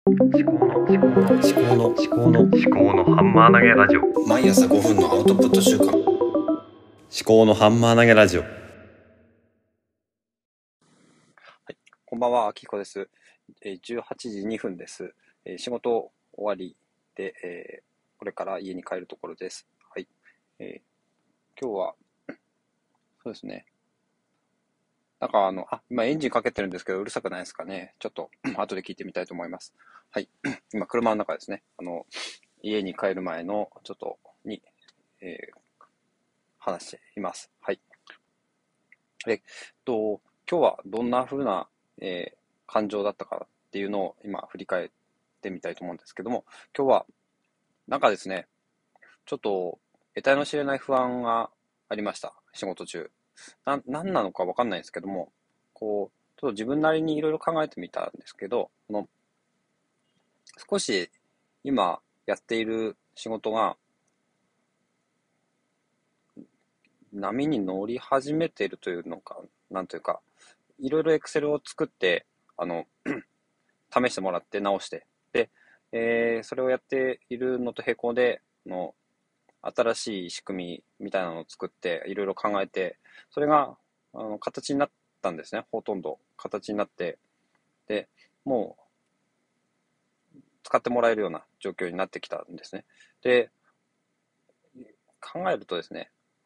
思考のハンマー投げラジオ。 毎朝5分のアウトプット週間。 思考のハンマー投げラジオ。 こんばんは、あきこです。18時2分です。仕事終わりで、これから家に帰るところです。はい。今日は、そうですね。なんか今エンジンかけてるんですけど、うるさくないですかね。ちょっと、後で聞いてみたいと思います。はい。今、車の中ですね。家に帰る前の、ちょっと、話しています。はい。今日はどんな風な、感情だったかっていうのを今振り返ってみたいと思うんですけども、今日はなんかですね、ちょっと得体の知れない不安がありました。仕事中。何なのかわかんないんですけども、ちょっと自分なりにいろいろ考えてみたんですけど、少し今やっている仕事が波に乗り始めているというのか、なんというか、いろいろエクセルを作って、試してもらって直して、で、それをやっているのと並行で、新しい仕組みみたいなのを作って、いろいろ考えて、それが、形になったんですね。ほとんど形になって、で、もう、使ってもらえるような状況になってきたんですね。で、考えるとですね、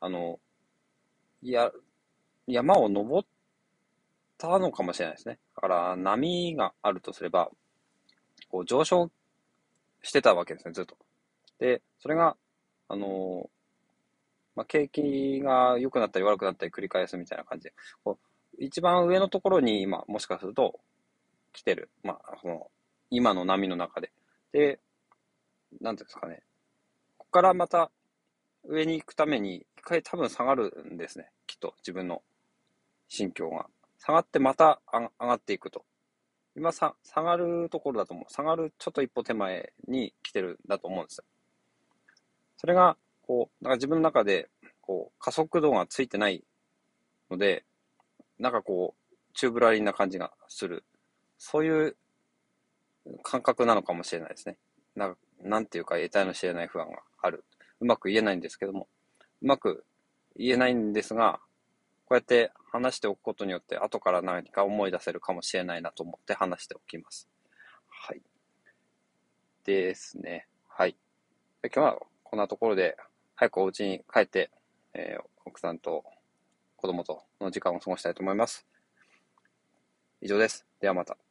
山を登ったのかもしれないですね。だから、波があるとすれば、上昇してたわけですね、ずっと。で、それが、あの景気が良くなったり悪くなったり繰り返すみたいな感じで、一番上のところに今、もしかすると来てる。今の波の中で。で、なんていうんですかね。ここからまた上に行くために、一回多分下がるんですね。きっと自分の心境が。下がってまた上がっていくと。今下がるところだと思う。下がるちょっと一歩手前に来てるんだと思うんですよ。それが、なんか自分の中で、加速度がついてないので、なんか宙ぶらりんな感じがする。そういう感覚なのかもしれないですね。なんていうか、得体の知れない不安がある。うまく言えないんですけども、うまく言えないんですが、こうやって話しておくことによって、後から何か思い出せるかもしれないなと思って話しておきます。はい。ですね。はい。今日はこんなところで、早くお家に帰って、奥さんと子供との時間を過ごしたいと思います。以上です。ではまた。